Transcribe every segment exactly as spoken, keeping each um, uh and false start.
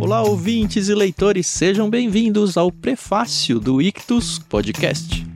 Olá, ouvintes e leitores, sejam bem-vindos ao prefácio do Ictus Podcast.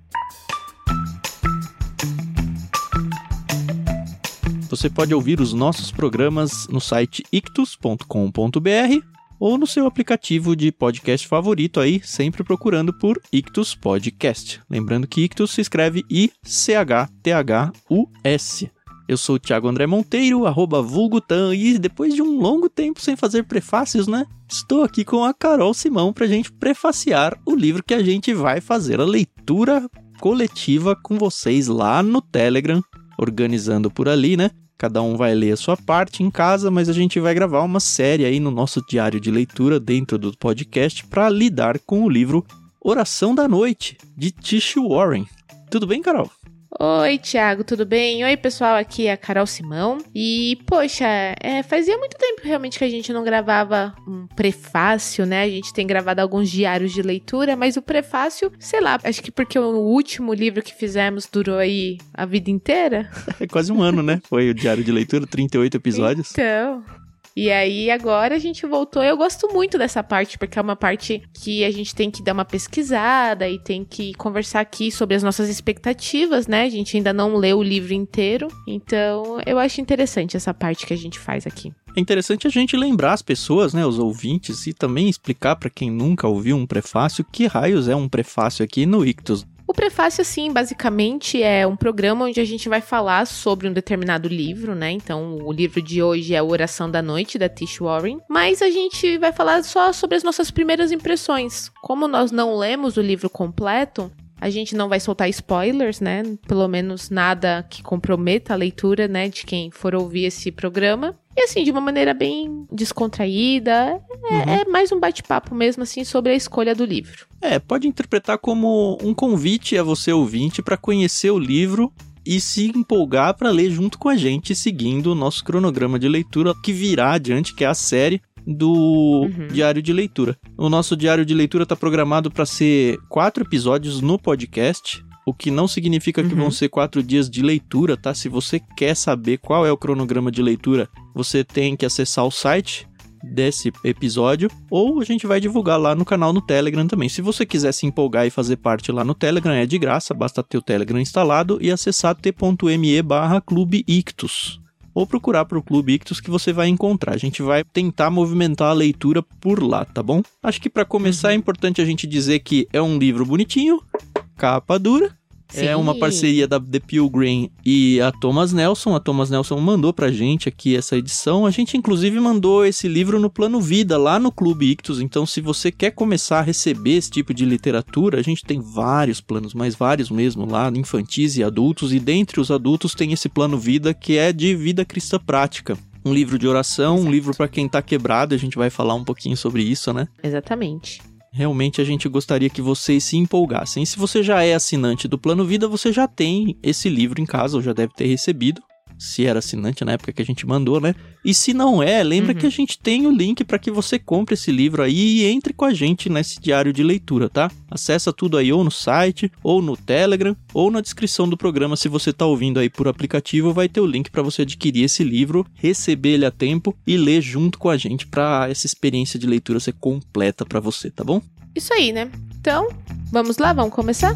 Você pode ouvir os nossos programas no site ictus ponto com ponto b r ou no seu aplicativo de podcast favorito aí, sempre procurando por Ictus Podcast. Lembrando que Ictus se escreve I C H T H U S. Eu sou o Thiago André Monteiro, arroba vulgutan, e depois de um longo tempo sem fazer prefácios, né? Estou aqui com a Carol Simão pra gente prefaciar o livro que a gente vai fazer a leitura coletiva com vocês lá no Telegram, organizando por ali, né? Cada um vai ler a sua parte em casa, mas a gente vai gravar uma série aí no nosso diário de leitura dentro do podcast para lidar com o livro Oração da Noite, de Tish Warren. Tudo bem, Carol? Oi, Thiago, tudo bem? Oi, pessoal, aqui é a Carol Simão. E, poxa, é, fazia muito tempo realmente que a gente não gravava um prefácio, né? A gente tem gravado alguns diários de leitura, mas o prefácio, sei lá, acho que porque o último livro que fizemos durou aí a vida inteira. É quase um ano, né? Foi o diário de leitura, trinta e oito episódios. Então... E aí, agora a gente voltou. Eu gosto muito dessa parte, porque é uma parte que a gente tem que dar uma pesquisada e tem que conversar aqui sobre as nossas expectativas, né? A gente ainda não leu o livro inteiro, então eu acho interessante essa parte que a gente faz aqui. É interessante a gente lembrar as pessoas, né, os ouvintes, e também explicar para quem nunca ouviu um prefácio que raios é um prefácio aqui no Ictus. O prefácio, assim, basicamente é um programa onde a gente vai falar sobre um determinado livro, né? Então, o livro de hoje é Oração da Noite, da Tish Warren. Mas a gente vai falar só sobre as nossas primeiras impressões. Como nós não lemos o livro completo, a gente não vai soltar spoilers, né? Pelo menos nada que comprometa a leitura, né? De quem for ouvir esse programa. E assim, de uma maneira bem descontraída, é, uhum. é mais um bate-papo mesmo, assim, sobre a escolha do livro. É, pode interpretar como um convite a você ouvinte para conhecer o livro e se empolgar para ler junto com a gente, seguindo o nosso cronograma de leitura que virá adiante, que é a série do uhum. Diário de Leitura. O nosso Diário de Leitura está programado para ser quatro episódios no podcast, o que não significa que uhum. vão ser quatro dias de leitura, tá? Se você quer saber qual é o cronograma de leitura, você tem que acessar o site desse episódio, ou a gente vai divulgar lá no canal no Telegram também. Se você quiser se empolgar e fazer parte lá no Telegram, é de graça, basta ter o Telegram instalado e acessar t.me barra Clube Ictus. Ou procurar para o Clube Ictus que você vai encontrar. A gente vai tentar movimentar a leitura por lá, tá bom? Acho que para começar uhum. é importante a gente dizer que é um livro bonitinho, capa dura. Sim. É uma parceria da The Pilgrim e a Thomas Nelson. A Thomas Nelson mandou pra gente aqui essa edição. A gente, inclusive, mandou esse livro no Plano Vida, lá no Clube Ictus. Então, se você quer começar a receber esse tipo de literatura, a gente tem vários planos, mas vários mesmo, lá, infantis e adultos. E dentre os adultos tem esse Plano Vida, que é de vida cristã prática. Um livro de oração, Exato. Um livro pra quem tá quebrado. A gente vai falar um pouquinho sobre isso, né? Exatamente. Realmente a gente gostaria que vocês se empolgassem. E se você já é assinante do Plano Vida, você já tem esse livro em casa, ou já deve ter recebido. Se era assinante na época que a gente mandou, né? E se não é, lembra uhum. que a gente tem o link para que você compre esse livro aí e entre com a gente nesse diário de leitura, tá? Acessa tudo aí ou no site, ou no Telegram, ou na descrição do programa. Se você tá ouvindo aí por aplicativo, vai ter o link para você adquirir esse livro, receber ele a tempo e ler junto com a gente para essa experiência de leitura ser completa para você, tá bom? Isso aí, né? Então, vamos lá, vamos começar?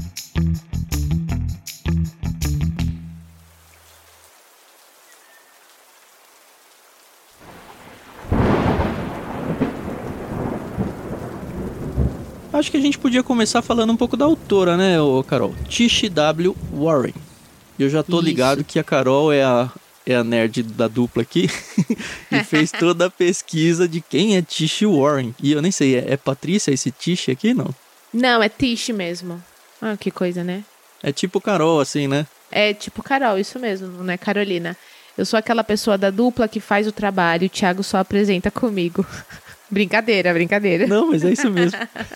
Acho que a gente podia começar falando um pouco da autora, né, ô Carol? Tish W. Warren. Eu já tô Isso. ligado que a Carol é a, é a nerd da dupla aqui e fez toda a pesquisa de quem é Tish Warren. E eu nem sei, é, é Patrícia esse Tish aqui, não? Não, é Tish mesmo. Ah, que coisa, né? É tipo Carol, assim, né? É tipo Carol, isso mesmo, né, Carolina? Eu sou aquela pessoa da dupla que faz o trabalho e o Thiago só apresenta comigo. Brincadeira, brincadeira. Não, mas é isso mesmo.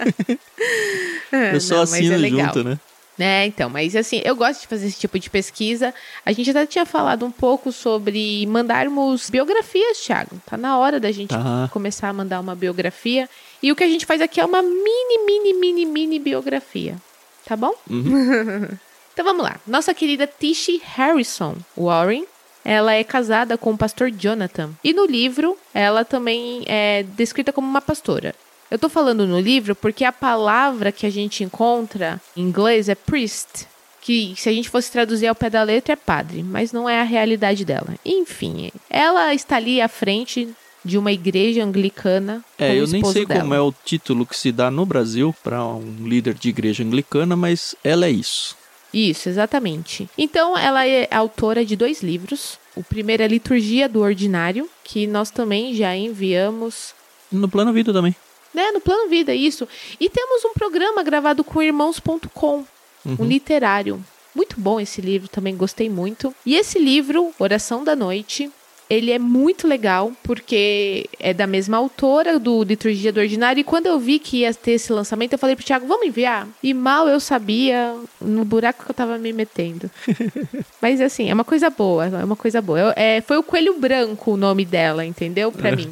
Eu só Não, assino é junto, né? É, então, mas assim, eu gosto de fazer esse tipo de pesquisa. A gente até tinha falado um pouco sobre mandarmos biografias, Thiago. Tá na hora da gente tá. começar a mandar uma biografia. E o que a gente faz aqui é uma mini, mini, mini, mini biografia. Tá bom? Uhum. Então vamos lá. Nossa querida Tish Harrison Warren ela é casada com o pastor Jonathan. E no livro, ela também é descrita como uma pastora. Eu tô falando no livro porque a palavra que a gente encontra em inglês é priest, que se a gente fosse traduzir ao pé da letra é padre, mas não é a realidade dela. Enfim, ela está ali à frente de uma igreja anglicana. É, eu nem sei dela. como é o título que se dá no Brasil para um líder de igreja anglicana, mas ela é isso. Isso, exatamente. Então, ela é autora de dois livros. O primeiro é Liturgia do Ordinário, que nós também já enviamos... No Plano Vida também. Né, no Plano Vida, isso. E temos um programa gravado com irmãos ponto com, uhum. um literário. Muito bom esse livro, também gostei muito. E esse livro, Oração da Noite... Ele é muito legal, porque é da mesma autora do Liturgia do Ordinário. E quando eu vi que ia ter esse lançamento, eu falei pro Thiago, vamos enviar? E mal eu sabia no buraco que eu tava me metendo. Mas assim, é uma coisa boa, é uma coisa boa. É, foi o Coelho Branco o nome dela, entendeu? Pra mim.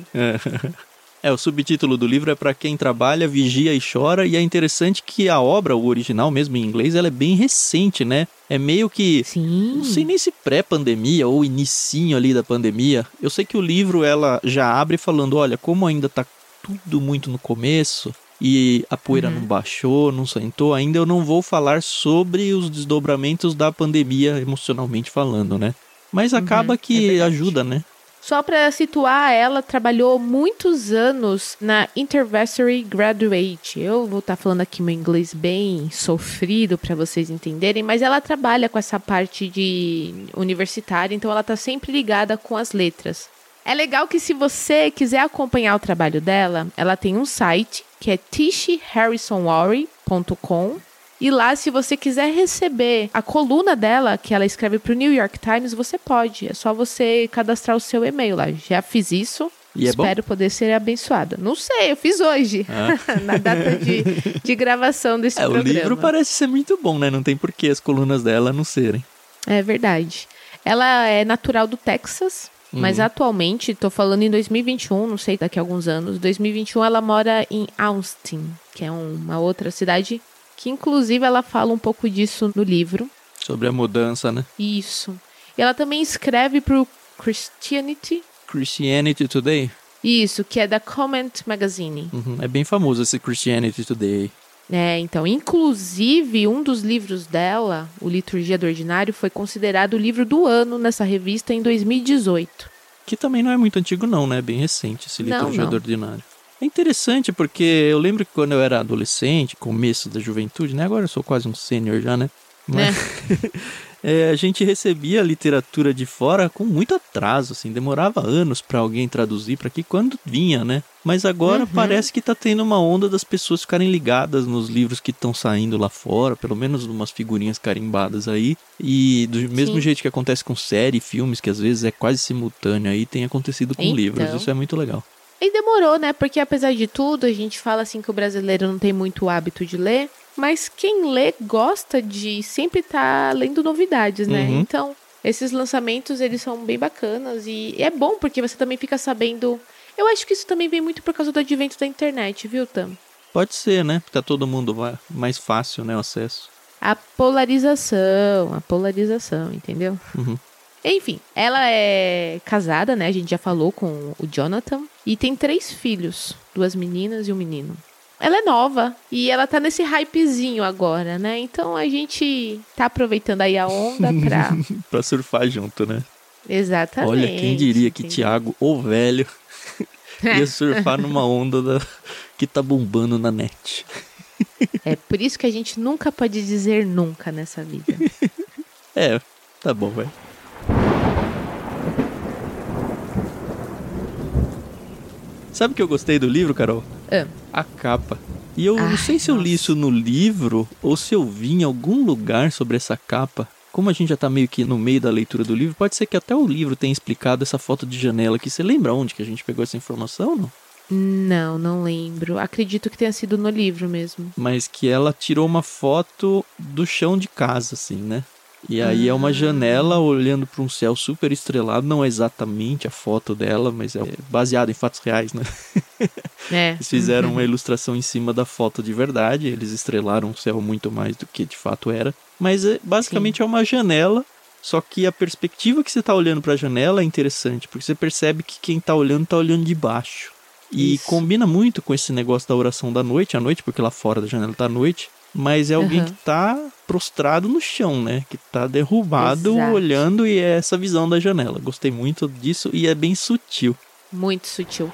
É, o subtítulo do livro é Pra Quem Trabalha, Vigia e Chora, e é interessante que a obra, o original mesmo em inglês, ela é bem recente, né? É meio que, Sim. não sei nem se pré-pandemia ou inicinho ali da pandemia. Eu sei que o livro, ela já abre falando, olha, como ainda tá tudo muito no começo e a poeira uhum. não baixou, não sentou, ainda eu não vou falar sobre os desdobramentos da pandemia emocionalmente falando, né? Mas acaba uhum, que é ajuda, né? Só para situar, ela trabalhou muitos anos na Intervarsity Graduate. Eu vou estar tá falando aqui meu inglês bem sofrido para vocês entenderem, mas ela trabalha com essa parte de universitária, então ela está sempre ligada com as letras. É legal que se você quiser acompanhar o trabalho dela, ela tem um site que é tish harrison worry ponto com. E lá, se você quiser receber a coluna dela, que ela escreve para o New York Times, você pode. É só você cadastrar o seu e-mail lá. Já fiz isso. E espero é poder ser abençoada. Não sei, eu fiz hoje. Ah. Na data de, de gravação desse é, programa. O livro parece ser muito bom, né? Não tem por que as colunas dela não serem. É verdade. Ela é natural do Texas, uhum. mas atualmente, estou falando em dois mil e vinte e um, não sei, daqui a alguns anos. dois mil e vinte e um ela mora em Austin, que é uma outra cidade... que inclusive ela fala um pouco disso no livro. Sobre a mudança, né? Isso. E ela também escreve pro Christianity. Christianity Today? Isso, que é da Comment Magazine. Uhum, é bem famoso esse Christianity Today. É, então, inclusive, um dos livros dela, o Liturgia do Ordinário, foi considerado o livro do ano nessa revista em dois mil e dezoito. Que também não é muito antigo não, né? É bem recente esse Liturgia não, não. do Ordinário. É interessante porque eu lembro que quando eu era adolescente, começo da juventude, né? Agora eu sou quase um sênior já, né? Mas, é. é, a gente recebia literatura de fora com muito atraso, assim. Demorava anos para alguém traduzir para aqui quando vinha, né? Mas agora uhum. parece que tá tendo uma onda das pessoas ficarem ligadas nos livros que estão saindo lá fora. Pelo menos umas figurinhas carimbadas aí. E do mesmo Sim. jeito que acontece com série e filmes, que às vezes é quase simultâneo aí, tem acontecido com então... livros. Isso é muito legal. E demorou, né? Porque apesar de tudo, a gente fala assim que o brasileiro não tem muito hábito de ler, mas quem lê gosta de sempre estar tá lendo novidades, né? Uhum. Então, esses lançamentos, eles são bem bacanas e é bom porque você também fica sabendo... Eu acho que isso também vem muito por causa do advento da internet, viu, Tam? Pode ser, né? Tá todo mundo mais fácil, né, o acesso. A polarização, a polarização, entendeu? Uhum. Enfim, ela é casada, né? A gente já falou com o Jonathan. E tem três filhos, duas meninas e um menino. Ela é nova e ela tá nesse hypezinho agora, né? Então a gente tá aproveitando aí a onda pra... pra surfar junto, né? Exatamente. Olha, quem diria que entendeu? Thiago, o velho, ia surfar numa onda da... que tá bombando na net. É por isso que a gente nunca pode dizer nunca nessa vida. É, tá bom, velho. Sabe o que eu gostei do livro, Carol? É. A capa. E eu Ai, não sei se eu li nossa. isso no livro ou se eu vi em algum lugar sobre essa capa. Como a gente já tá meio que no meio da leitura do livro, pode ser que até o livro tenha explicado essa foto de janela aqui. Você lembra onde que a gente pegou essa informação, não? Não, não lembro. Acredito que tenha sido no livro mesmo. Mas que ela tirou uma foto do chão de casa, assim, né? E aí ah. é uma janela olhando para um céu super estrelado. Não é exatamente a foto dela, mas é baseado em fatos reais, né? É. Eles fizeram uma ilustração em cima da foto de verdade. Eles estrelaram o céu muito mais do que de fato era. Mas é, basicamente Sim. é uma janela Só que a perspectiva que você tá olhando pra janela é interessante, porque você percebe que quem tá olhando tá olhando de baixo. E Isso. combina muito com esse negócio da oração da noite, à noite, porque lá fora da janela tá à noite. Mas é alguém Uhum. que tá prostrado no chão, né? Que tá derrubado, Exato. olhando, e é essa visão da janela. Gostei muito disso e é bem sutil. Muito sutil.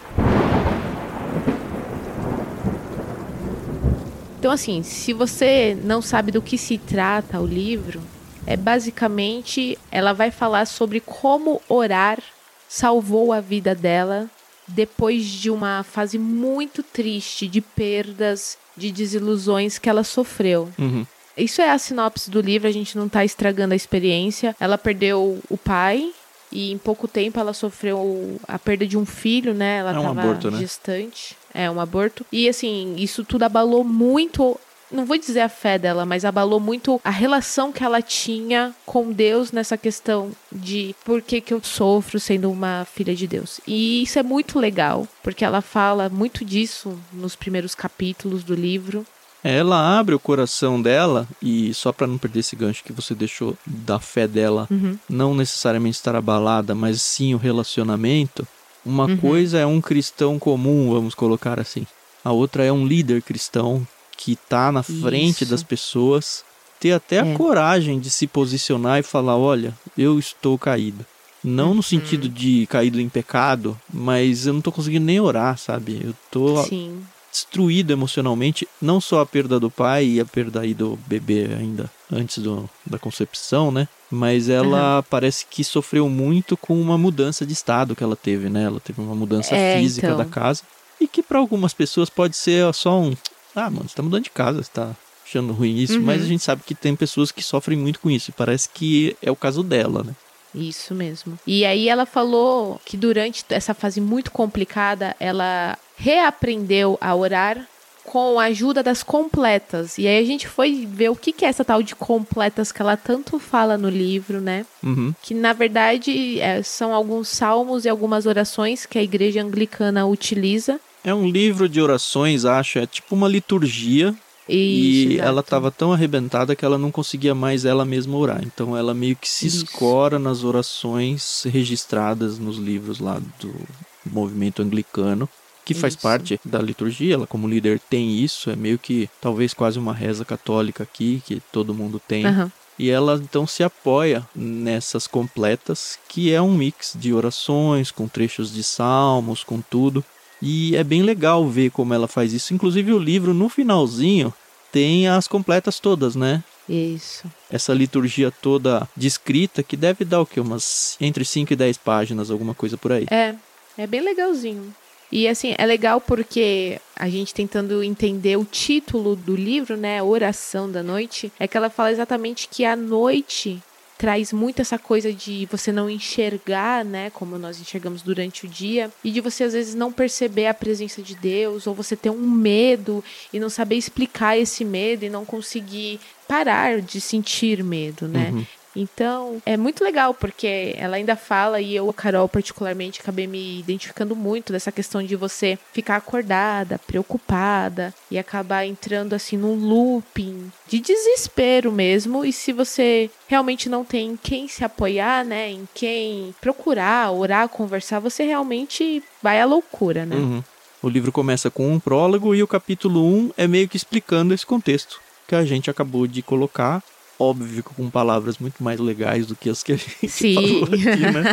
Então, assim, se você não sabe do que se trata o livro, é basicamente, ela vai falar sobre como orar salvou a vida dela depois de uma fase muito triste de perdas, de desilusões que ela sofreu. Uhum. Isso é a sinopse do livro, a gente não tá estragando a experiência. Ela perdeu o pai e em pouco tempo ela sofreu a perda de um filho, né? Ela É um tava aborto, né? gestante. É, um aborto. E assim, isso tudo abalou muito, não vou dizer a fé dela, mas abalou muito a relação que ela tinha com Deus nessa questão de por que que eu sofro sendo uma filha de Deus. E isso é muito legal, porque ela fala muito disso nos primeiros capítulos do livro. Ela abre o coração dela, e só pra não perder esse gancho que você deixou da fé dela, Uhum. não necessariamente estar abalada, mas sim o relacionamento. Uma Uhum. coisa é um cristão comum, vamos colocar assim. A outra é um líder cristão que tá na frente Isso. das pessoas, ter até a É. coragem de se posicionar e falar, olha, eu estou caído. Não Uhum. no sentido de caído em pecado, mas eu não tô conseguindo nem orar, sabe? Eu tô Sim. destruído emocionalmente, não só a perda do pai e a perda aí do bebê ainda antes do, da concepção, né? Mas ela Uhum. parece que sofreu muito com uma mudança de estado que ela teve, né? Ela teve uma mudança É, física então. da casa e que para algumas pessoas pode ser só um, ah, mano, você tá mudando de casa, você tá achando ruim isso, Uhum. mas a gente sabe que tem pessoas que sofrem muito com isso e parece que é o caso dela, né? Isso mesmo. E aí ela falou que durante essa fase muito complicada, ela reaprendeu a orar com a ajuda das completas. E aí a gente foi ver o que que é essa tal de completas que ela tanto fala no livro, né? Uhum. Que na verdade é, são alguns salmos e algumas orações que a igreja anglicana utiliza. É um livro de orações, acho, é tipo uma liturgia. Isso, E exato. ela estava tão arrebentada que ela não conseguia mais ela mesma orar. Então ela meio que se Isso. escora nas orações registradas nos livros lá do movimento anglicano, que faz Isso. parte da liturgia. Ela como líder tem isso, é meio que talvez quase uma reza católica aqui, que todo mundo tem. Aham. E ela então se apoia nessas completas, que é um mix de orações, com trechos de salmos, com tudo. E é bem legal ver como ela faz isso. Inclusive o livro, no finalzinho, tem as completas todas, né? Isso. Essa liturgia toda descrita, que deve dar o quê? Umas entre cinco e dez páginas, alguma coisa por aí. É, é bem legalzinho. E assim, é legal porque a gente tentando entender o título do livro, né, Oração da Noite, é que ela fala exatamente que a noite traz muito essa coisa de você não enxergar, né, como nós enxergamos durante o dia, e de você às vezes não perceber a presença de Deus, ou você ter um medo e não saber explicar esse medo e não conseguir parar de sentir medo, né? Uhum. Então, é muito legal, porque ela ainda fala, e eu, Carol, particularmente, acabei me identificando muito dessa questão de você ficar acordada, preocupada, e acabar entrando, assim, num looping de desespero mesmo, e se você realmente não tem em quem se apoiar, né, em quem procurar, orar, conversar, você realmente vai à loucura, né? Uhum. O livro começa com um prólogo e o capítulo um é meio que explicando esse contexto que a gente acabou de colocar. Óbvio, com palavras muito mais legais do que as que a gente Sim. falou aqui, né?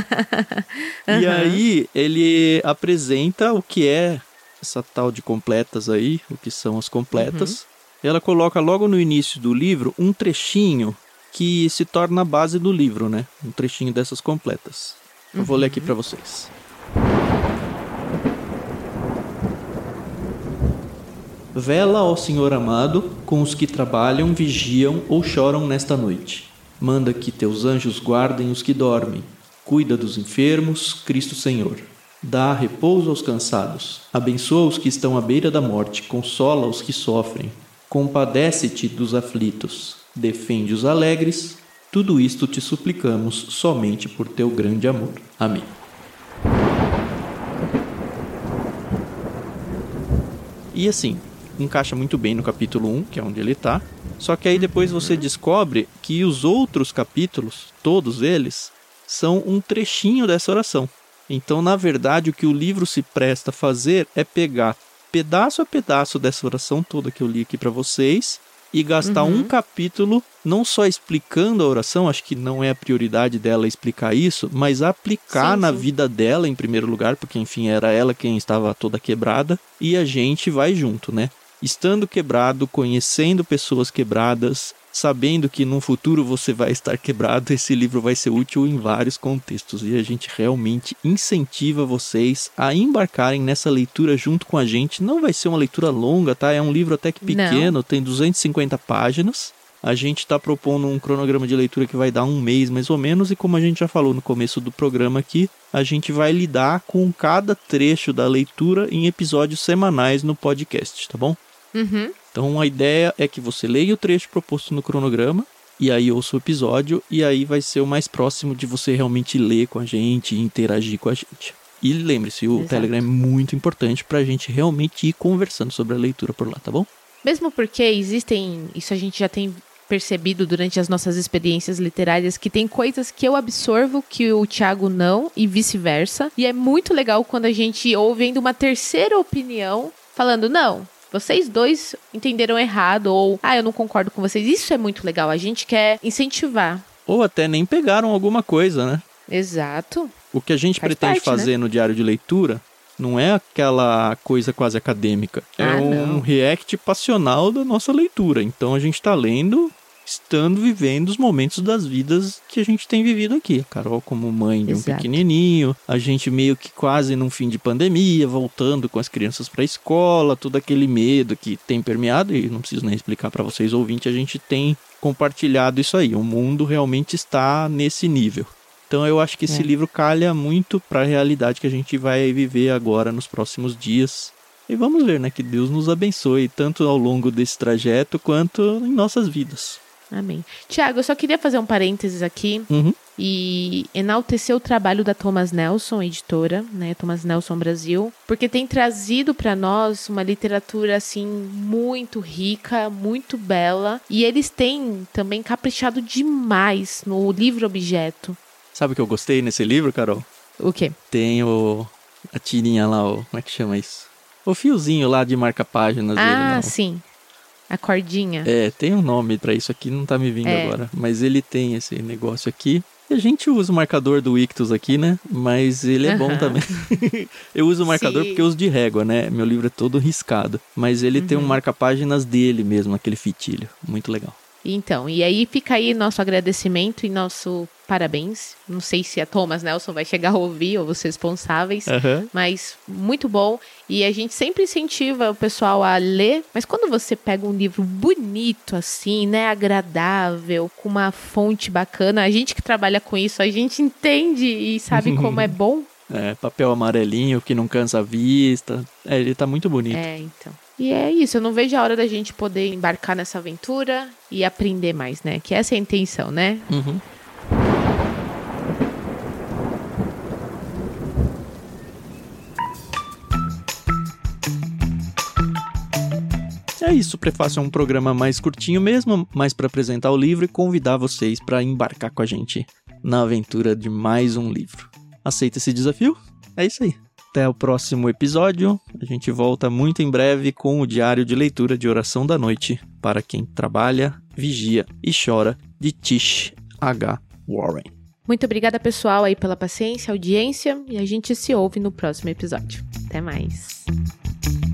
E Uhum. aí, ele apresenta o que é essa tal de completas aí, o que são as completas. Uhum. Ela coloca logo no início do livro um trechinho que se torna a base do livro, né? Um trechinho dessas completas. Eu vou Uhum. ler aqui para vocês. Vela, ó Senhor amado, com os que trabalham, vigiam ou choram nesta noite. Manda que teus anjos guardem os que dormem. Cuida dos enfermos, Cristo Senhor. Dá repouso aos cansados. Abençoa os que estão à beira da morte. Consola os que sofrem. Compadece-te dos aflitos. Defende os alegres. Tudo isto te suplicamos somente por teu grande amor. Amém. E assim, encaixa muito bem no capítulo um, que é onde ele está. Só que aí depois você descobre que os outros capítulos, todos eles, são um trechinho dessa oração. Então, na verdade, o que o livro se presta a fazer é pegar pedaço a pedaço dessa oração toda que eu li aqui para vocês e gastar uhum. um capítulo não só explicando a oração, acho que não é a prioridade dela explicar isso, mas aplicar sim, na sim. vida dela em primeiro lugar, porque enfim, era ela quem estava toda quebrada, e a gente vai junto, né? Estando quebrado, conhecendo pessoas quebradas, sabendo que no futuro você vai estar quebrado, esse livro vai ser útil em vários contextos. E a gente realmente incentiva vocês a embarcarem nessa leitura junto com a gente. Não vai ser uma leitura longa, tá? É um livro até que pequeno, não. Tem duzentas e cinquenta páginas. A gente está propondo um cronograma de leitura que vai dar um mês mais ou menos. E como a gente já falou no começo do programa aqui, a gente vai lidar com cada trecho da leitura em episódios semanais no podcast, tá bom? Uhum. Então a ideia é que você leia o trecho proposto no cronograma e aí ouça o episódio e aí vai ser o mais próximo de você realmente ler com a gente e interagir com a gente. E lembre-se, o Exato. Telegram é muito importante pra gente realmente ir conversando sobre a leitura por lá, tá bom? Mesmo porque existem, isso a gente já tem percebido durante as nossas experiências literárias, que tem coisas que eu absorvo que o Thiago não e vice-versa. E é muito legal quando a gente ouve ainda uma terceira opinião falando, não, vocês dois entenderam errado, ou, ah, eu não concordo com vocês. Isso é muito legal, a gente quer incentivar. Ou até nem pegaram alguma coisa, né? Exato. O que a gente Faz pretende parte, fazer né? no diário de leitura não é aquela coisa quase acadêmica. É ah, um não. react passional da nossa leitura. Então a gente tá lendo, estando vivendo os momentos das vidas que a gente tem vivido aqui. A Carol como mãe de um Exato. pequenininho, a gente meio que quase num fim de pandemia, voltando com as crianças pra escola, todo aquele medo que tem permeado, e não preciso nem explicar pra vocês, ouvintes, a gente tem compartilhado isso aí. O mundo realmente está nesse nível. Então eu acho que esse é. livro calha muito para a realidade que a gente vai viver agora nos próximos dias. E vamos ver, né? Que Deus nos abençoe, tanto ao longo desse trajeto, quanto em nossas vidas. Amém. Tiago, eu só queria fazer um parênteses aqui uhum. e enaltecer o trabalho da Thomas Nelson, editora, né? Thomas Nelson Brasil, porque tem trazido para nós uma literatura, assim, muito rica, muito bela. E eles têm também caprichado demais no livro-objeto. Sabe o que eu gostei nesse livro, Carol? O quê? Tem o... a tirinha lá, o... como é que chama isso? O fiozinho lá de marca-páginas ah, dele. Ah, sim. A cordinha. É, tem um nome pra isso aqui, não tá me vindo é. agora. Mas ele tem esse negócio aqui. E a gente usa o marcador do Ictus aqui, né? Mas ele é uhum. bom também. Eu uso o marcador sim. porque eu uso de régua, né? Meu livro é todo riscado. Mas ele uhum. tem um marca-páginas dele mesmo, aquele fitilho. Muito legal. Então, e aí fica aí nosso agradecimento e nosso parabéns. Não sei se a Thomas Nelson vai chegar a ouvir ou os responsáveis, uhum. mas muito bom. E a gente sempre incentiva o pessoal a ler, mas quando você pega um livro bonito assim, né, agradável, com uma fonte bacana, a gente que trabalha com isso, a gente entende e sabe como é bom. É, papel amarelinho que não cansa a vista. É, ele tá muito bonito. É, então. E é isso, eu não vejo a hora da gente poder embarcar nessa aventura e aprender mais, né? Que essa é a intenção, né? Uhum. É isso, o Prefácio é um programa mais curtinho mesmo, mais para apresentar o livro e convidar vocês para embarcar com a gente na aventura de mais um livro. Aceita esse desafio? É isso aí. Até o próximo episódio. A gente volta muito em breve com o Diário de Leitura de Oração da Noite para quem trabalha, vigia e chora, de Tish H. Warren. Muito obrigada, pessoal, aí pela paciência, audiência, e a gente se ouve no próximo episódio. Até mais.